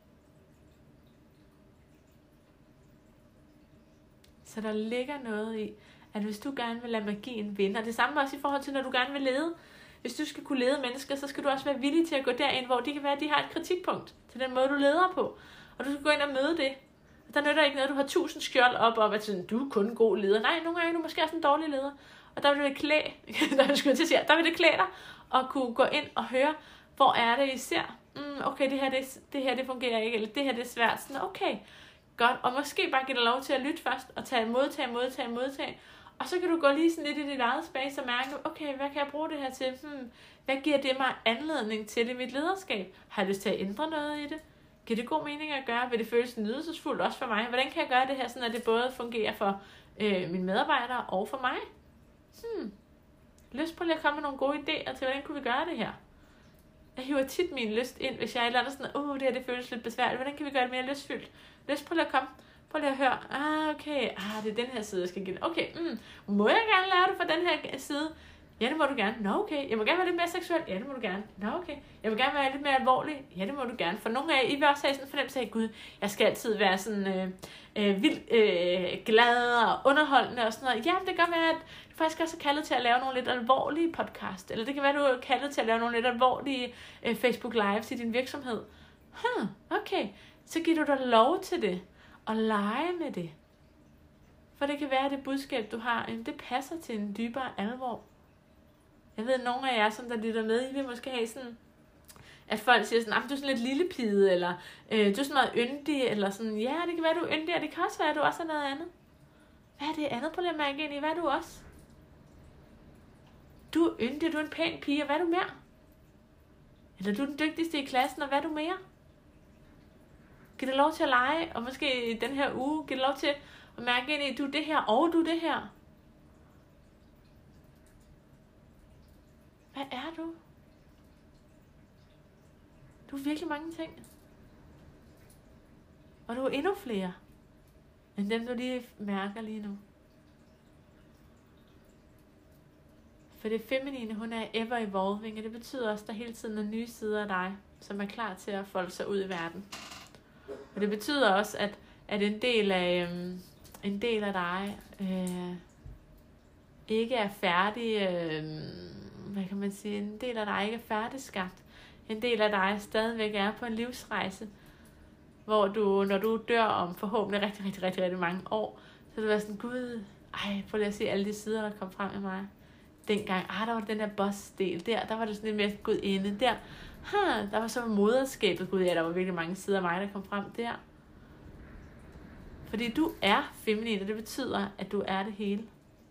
Så der ligger noget i, at hvis du gerne vil lade magien vinde, og det samme også i forhold til, når du gerne vil lede. Hvis du skal kunne lede mennesker, så skal du også være villig til at gå derind, hvor de kan være, at de har et kritikpunkt til den måde, du leder på. Og du skal gå ind og møde det. Og der nytter ikke noget, du har 1000 skjold op om, at sådan, du er kun en god leder. Nej, nogle gange er du måske også en dårlig leder. Og der vil det der vil det klæde dig at kunne gå ind og høre, hvor er det, I ser? Okay, det her det fungerer ikke, eller det her det er svært. Sådan, okay, godt. Og måske bare give dig lov til at lytte først, og tage modtage. Og så kan du gå lige sådan lidt i dit eget space og mærke, okay, hvad kan jeg bruge det her til? Hvad giver det mig anledning til i mit lederskab? Har jeg lyst til at ændre noget i det? Giver det god mening at gøre? Vil det føles nydelsesfuldt også for mig? Hvordan kan jeg gøre det her, sådan at det både fungerer for mine medarbejdere og for mig? Lyst på lige at komme med nogle gode idéer til, hvordan kunne vi gøre det her? Jeg hiver tit min lyst ind, hvis jeg er et eller andet sådan, det her det føles lidt besværligt. Hvordan kan vi gøre det mere lystfyldt? Lyst på lige at komme. Prøv lige at høre. Okay. Det er den her side, jeg skal give. Okay. Må jeg gerne lære det fra den her side? Ja, det må du gerne. Nå, okay. Jeg må gerne være lidt mere seksuel. Ja, det må du gerne. Nå, okay. Jeg vil gerne være lidt mere alvorlig. Ja, det må du gerne. For nogle af jer, I vil også have sådan en fornemmelse af, Gud, jeg skal altid være sådan vildt glad og underholdende og sådan noget. Ja, det kan være, at du faktisk også er kaldet til at lave nogle lidt alvorlige podcast. Eller det kan være, at du er kaldet til at lave nogle lidt alvorlige Facebook Lives i din virksomhed. Okay. Så giver du dig lov til det. Og lege med det. For det kan være, at det budskab, du har, det passer til en dybere alvor. Jeg ved, at nogle af jer, som der lytter med, I vil måske have sådan, at folk siger sådan, du er sådan lidt lillepide, eller du er sådan meget yndig, eller sådan, ja, det kan være, du er yndig, og det kan også være, at du også er noget andet. Hvad er det andet på det mærke ind i? Hvad er du også? Du er yndig, du er en pæn pige, og hvad er du mere? Eller du er den dygtigste i klassen, og hvad er du mere? Giv dig lov til at lege, og måske i den her uge, giv dig lov til at mærke ind i, du er det her, og du er det her. Hvad er du? Du er virkelig mange ting. Og du er endnu flere, end dem, du lige mærker lige nu. For det feminine, hun er ever evolving, og det betyder også, at der hele tiden er nye sider af dig, som er klar til at folde sig ud i verden. Og det betyder også, at en del af dig ikke er færdig, hvad kan man sige, en del af dig ikke er færdigskabt. En del af dig stadigvæk er på en livsrejse, hvor du, når du dør om forhåbentlig rigtig, rigtig, rigtig, rigtig mange år, så vil du være sådan, gud, prøv lige at se alle de sider, der kom frem i mig. Dengang, der var den der boss-del der var det sådan lidt mere gudinde der. Der var så moderskabet, gud ja, der var virkelig mange sider af mig, der kom frem der. Fordi du er feminin, og det betyder, at du er det hele.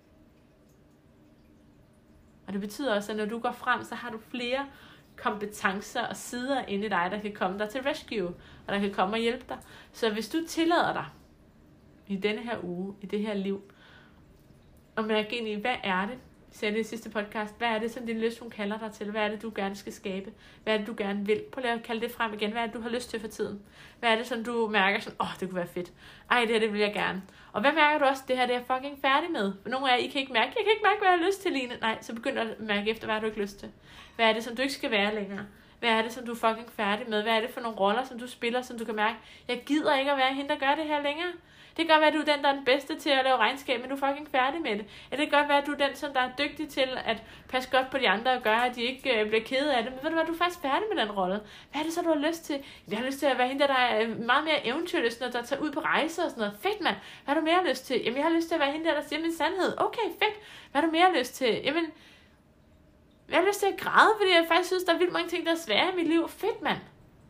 Og det betyder også, at når du går frem, så har du flere kompetencer og sider inde i dig, der kan komme dig til rescue, og der kan komme og hjælpe dig. Så hvis du tillader dig i denne her uge, i det her liv, og mærke ind i, hvad er det, sagde det i sidste podcast, hvad er det, som din lyst, hun kalder dig til? Hvad er det, du gerne skal skabe? Hvad er det, du gerne vil? Prøv lige at kalde det frem igen. Hvad er det, du har lyst til for tiden? Hvad er det, som du mærker sådan, det kunne være fedt. Det her, det vil jeg gerne. Og hvad mærker du også, det her, det er jeg fucking færdig med? For nogle af jer, I kan ikke mærke, jeg kan ikke mærke, hvad jeg har lyst til, Line. Nej, så begynd at mærke efter, hvad har du ikke lyst til? Hvad er det, som du ikke skal være længere? Hvad er det, som du er fucking færdig med? Hvad er det for nogle roller, som du spiller, som du kan mærke, jeg gider ikke at være hende, der gør det her længere? Det kan godt være, at du er den, der er den bedste til at lave regnskab, men du er fucking færdig med det. Eller det kan godt være, at du er den, som der er dygtig til at passe godt på de andre og gøre, at de ikke bliver kede af det. Men ved du hvad, du er faktisk færdig med den rolle. Hvad er det så, du har lyst til? Jeg har lyst til at være hende, der er meget mere eventyrlysten, og der tager ud på rejser og sådan noget. Fedt, mand. Hvad har du mere lyst til? Jamen, jeg har lyst til at være hende, der siger min sandhed. Okay, fedt. Hvad har du mere lyst til? Jamen, jeg har lyst til at græde, fordi jeg faktisk synes, der er vildt mange ting, der er svære i mit liv. Fedt, mand.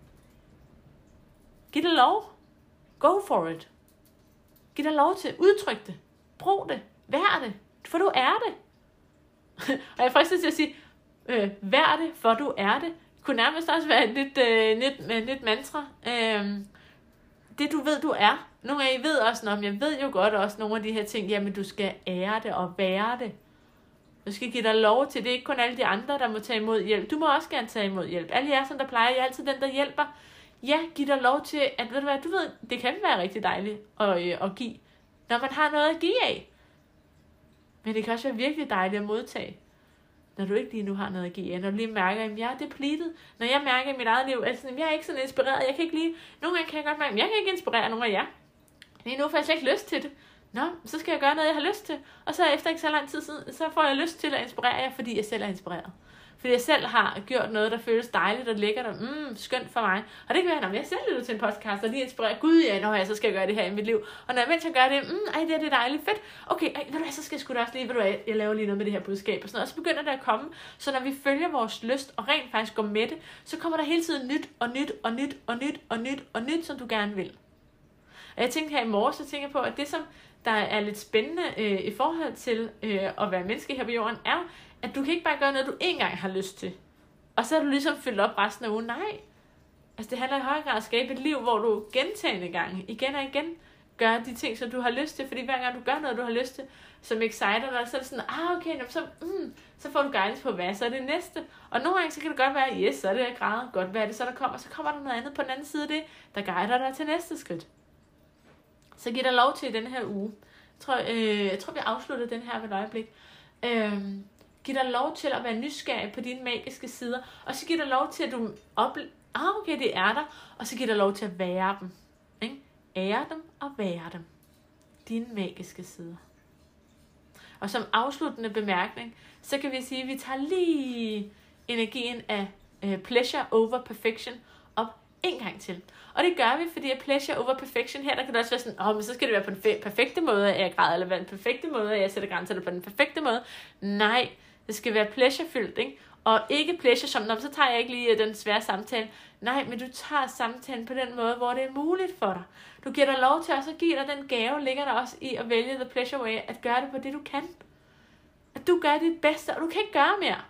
Giv det lov. Go for it. Giv dig lov til at udtrykke det. Brug det. Vær det. For du er det. Og jeg fristes til at sige, vær det, for du er det. Kunne nærmest også være et nyt mantra. Det du ved, du er. Nogle af I ved også, jeg ved jo godt også nogle af de her ting, jamen du skal ære det og være det. Du skal give dig lov til, det er ikke kun alle de andre, der må tage imod hjælp. Du må også gerne tage imod hjælp. Alle jer, som der plejer, jeg er altid den, der hjælper. Ja, giv dig lov til, at du ved, det kan være rigtig dejligt at give, når man har noget at give af. Men det kan også være virkelig dejligt at modtage, når du ikke lige nu har noget at give af. Når du lige mærker, at jeg er depleted. Når jeg mærker i mit eget liv, at jeg er ikke sådan inspireret, jeg kan ikke lige, nogle gange kan jeg godt mærke, at jeg kan ikke inspirere nogen af jer. Lige nu får jeg slet ikke lyst til det. Så skal jeg gøre noget, jeg har lyst til. Og så efter ikke så lang tid siden, så får jeg lyst til at inspirere jer, fordi jeg selv er inspireret. Fordi jeg selv har gjort noget, der føles dejligt og lækkert og skønt for mig. Og det kan være, når jeg selv lytter til en podcast, og lige inspirerer, gud ja, så skal jeg gøre det her i mit liv. Og når mens jeg gør det, det er dejligt fedt. Okay, ved du hvad, så skal jeg sgu da også lige, jeg laver lige noget med det her budskab og sådan noget. Og så begynder det at komme, så når vi følger vores lyst og rent faktisk går med det, så kommer der hele tiden nyt og nyt og nyt og nyt og nyt og nyt, som du gerne vil. Og jeg tænkte her i morges, så tænker jeg på, at det som der er lidt spændende i forhold til at være menneske her på jorden, er, at du kan ikke bare gøre noget, du én gang har lyst til. Og så er du ligesom fyldt op resten af ugen. Nej. Altså det handler i høj grad om at skabe et liv, hvor du gentagende gange, igen og igen, gør de ting, som du har lyst til. Fordi hver gang du gør noget, du har lyst til, som exciter dig, så er det sådan, okay, så får du guidance på, hvad så er det næste. Og nogle gange, så kan det godt være, yes, så er det jeg græder. Godt, hvad er det så, der kommer? Så kommer der noget andet på den anden side af det, der guider dig til næste skridt. Så giv dig lov til i denne her uge. Jeg tror vi afslutter den her ved et øjeblik. Giv dig lov til at være nysgerrig på dine magiske sider. Og så giv dig lov til, at du okay, det er der. Og så giv dig lov til at være dem. Ikke? Ære dem og være dem. Dine magiske sider. Og som afsluttende bemærkning, så kan vi sige, at vi tager lige energien af pleasure over perfection op en gang til. Og det gør vi, fordi at pleasure over perfection her, der kan det også være sådan, men så skal det være på den perfekte måde, at jeg græder, eller være den perfekte måde, at jeg sætter grænser på den perfekte måde. Nej, det skal være pleasurefyldt, ikke? Og ikke pleasure som, så tager jeg ikke lige den svære samtale. Nej, men du tager samtalen på den måde, hvor det er muligt for dig. Du giver dig lov til også at give dig den gave, ligger der også i at vælge the pleasure way, at gøre det på det, du kan. At du gør dit bedste, og du kan ikke gøre mere.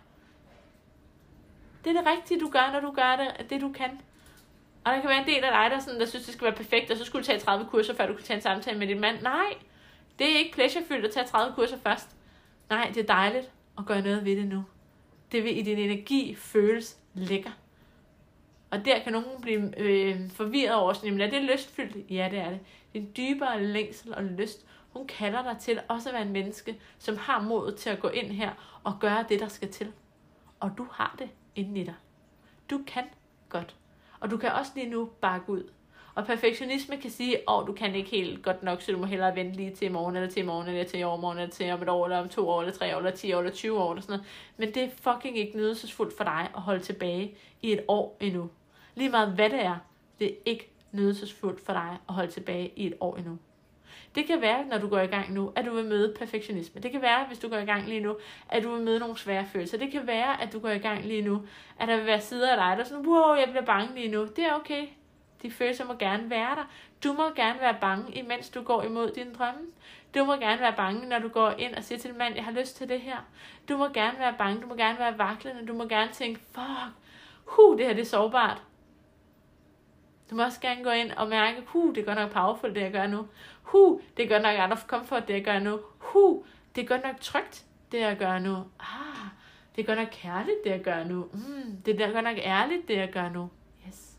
Det er det rigtige, du gør, når du gør det du kan. Og der kan være en del af dig, der synes, det skal være perfekt, og så skulle du tage 30 kurser, før du kan tage en samtale med din mand. Nej, det er ikke pleasurefyldt at tage 30 kurser først. Nej, det er dejligt at gøre noget ved det nu. Det vil i din energi føles lækker. Og der kan nogen blive forvirret over sådan, er det lystfyldt? Ja, det er det. Det er en dybere længsel og lyst Hun kalder dig til også at være en menneske, som har modet til at gå ind her og gøre det, der skal til. Og du har det inde i dig. Du kan godt. Og du kan også lige nu bakke ud. Og perfektionisme kan sige, du kan ikke helt godt nok, så du må hellere vente lige til i morgen, eller til i morgen, eller til i overmorgen, eller til om et år, eller om 2 år, eller 3 år, eller 10 år, eller 20 år, eller sådan noget. Men det er fucking ikke nydelsesfuldt for dig at holde tilbage i et år endnu. Lige meget hvad det er ikke nydelsesfuldt for dig at holde tilbage i et år endnu. Det kan være, når du går i gang nu, at du vil møde perfektionisme. Det kan være, hvis du går i gang lige nu, at du vil møde nogle svære følelser. Det kan være, at du går i gang lige nu, at der vil være sider af dig, der er sådan, wow, jeg bliver bange lige nu. Det er okay. De følelser må gerne være der. Du må gerne være bange, imens du går imod dine drømme. Du må gerne være bange, når du går ind og siger til din mand, jeg har lyst til det her. Du må gerne være bange, du må gerne være vaklende, du må gerne tænke, fuck, det her det er sårbart. Du må også gerne gå ind og mærke, det er godt nok powerful, det jeg gør nu. Det er godt nok out of comfort, det jeg gør nu. Det er godt nok trygt, det jeg gør nu. Det er godt nok kærligt, det jeg gør nu. Det er godt nok ærligt, det jeg gør nu. Yes.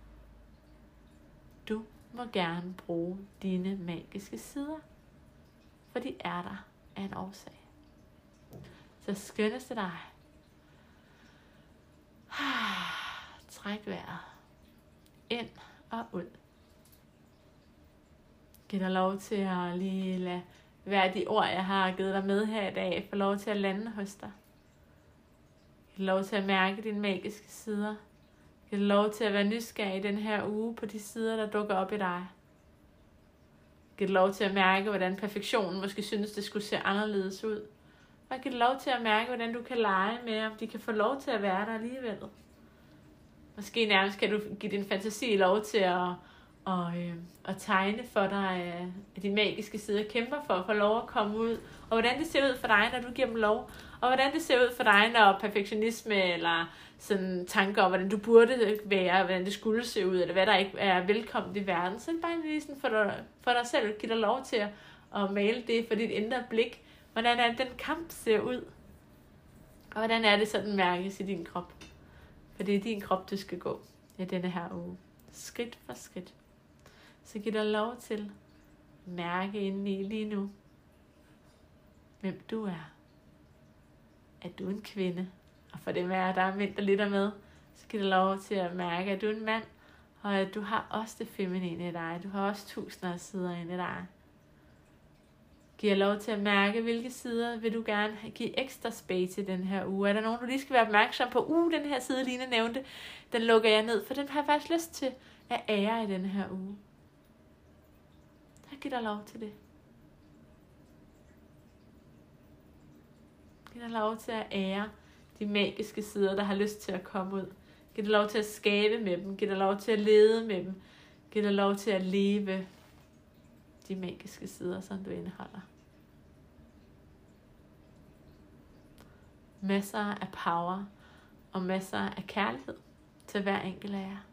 Du må gerne bruge dine magiske sider, for de er der af en årsag. Så skyndes det dig. Træk vejret. Ind og ud. Giv dig lov til at lige lade hver de ord, jeg har givet dig med her i dag, få lov til at lande hos dig. Giv dig lov til at mærke dine magiske sider. Giv dig lov til at være nysgerrig i den her uge på de sider, der dukker op i dig. Giv dig lov til at mærke, hvordan perfektionen måske synes, det skulle se anderledes ud. Og giv dig lov til at mærke, hvordan du kan lege med, om de kan få lov til at være der alligevel. Måske nærmest kan du give din fantasi lov til at tegne for dig, at de magiske sider kæmper for at få lov at komme ud. Og hvordan det ser ud for dig, når du giver dem lov. Og hvordan det ser ud for dig, når perfektionisme eller sådan tanker om, hvordan du burde være, hvordan det skulle se ud, eller hvad der ikke er velkommen i verden. Så bare lige sådan for dig selv, give dig lov til at male det for dit indre blik. Hvordan er den kamp ser ud? Og hvordan er det så, den mærkes i din krop? For det er din krop, du skal gå i denne her uge. Skridt for skridt. Så giv dig lov til at mærke indeni lige nu, hvem du er. At du er en kvinde. Og for dem af jer, der er mænd, der lytter med, så giv dig lov til at mærke, at du er en mand. Og at du har også det feminine i dig. Du har også tusinder af sider inde i dig. Giv jer lov til at mærke, hvilke sider vil du gerne give ekstra space i den her uge. Er der nogen, du lige skal være opmærksom på? Den her side, Line nævnte, den lukker jeg ned, for den har jeg faktisk lyst til at ære i den her uge. Så giv dig lov til det. Giv dig lov til at ære de magiske sider, der har lyst til at komme ud. Giv dig lov til at skabe med dem. Giv dig lov til at lede med dem. Giv dig lov til at leve de magiske sider, som du indeholder. Masser af power og masser af kærlighed til hver enkelt af jer.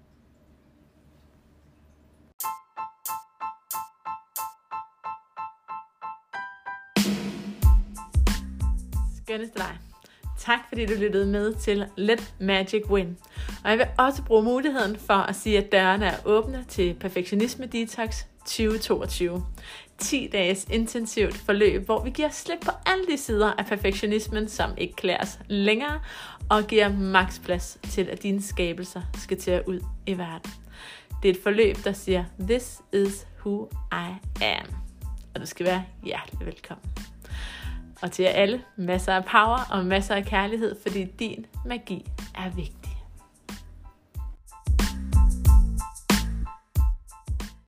Skønneste dig. Tak fordi du lyttede med til Let Magic Win. Og jeg vil også bruge muligheden for at sige, at dørene er åbne til Perfektionisme Detox 2022. 10 dages intensivt forløb, hvor vi giver slip på alle de sider af perfektionismen, som ikke klæres længere, og giver maks plads til, at dine skabelser skal til ud i verden. Det er et forløb, der siger, this is who I am. Og du skal være hjertelig velkommen. Og til jer alle, masser af power og masser af kærlighed, fordi din magi er vigtig.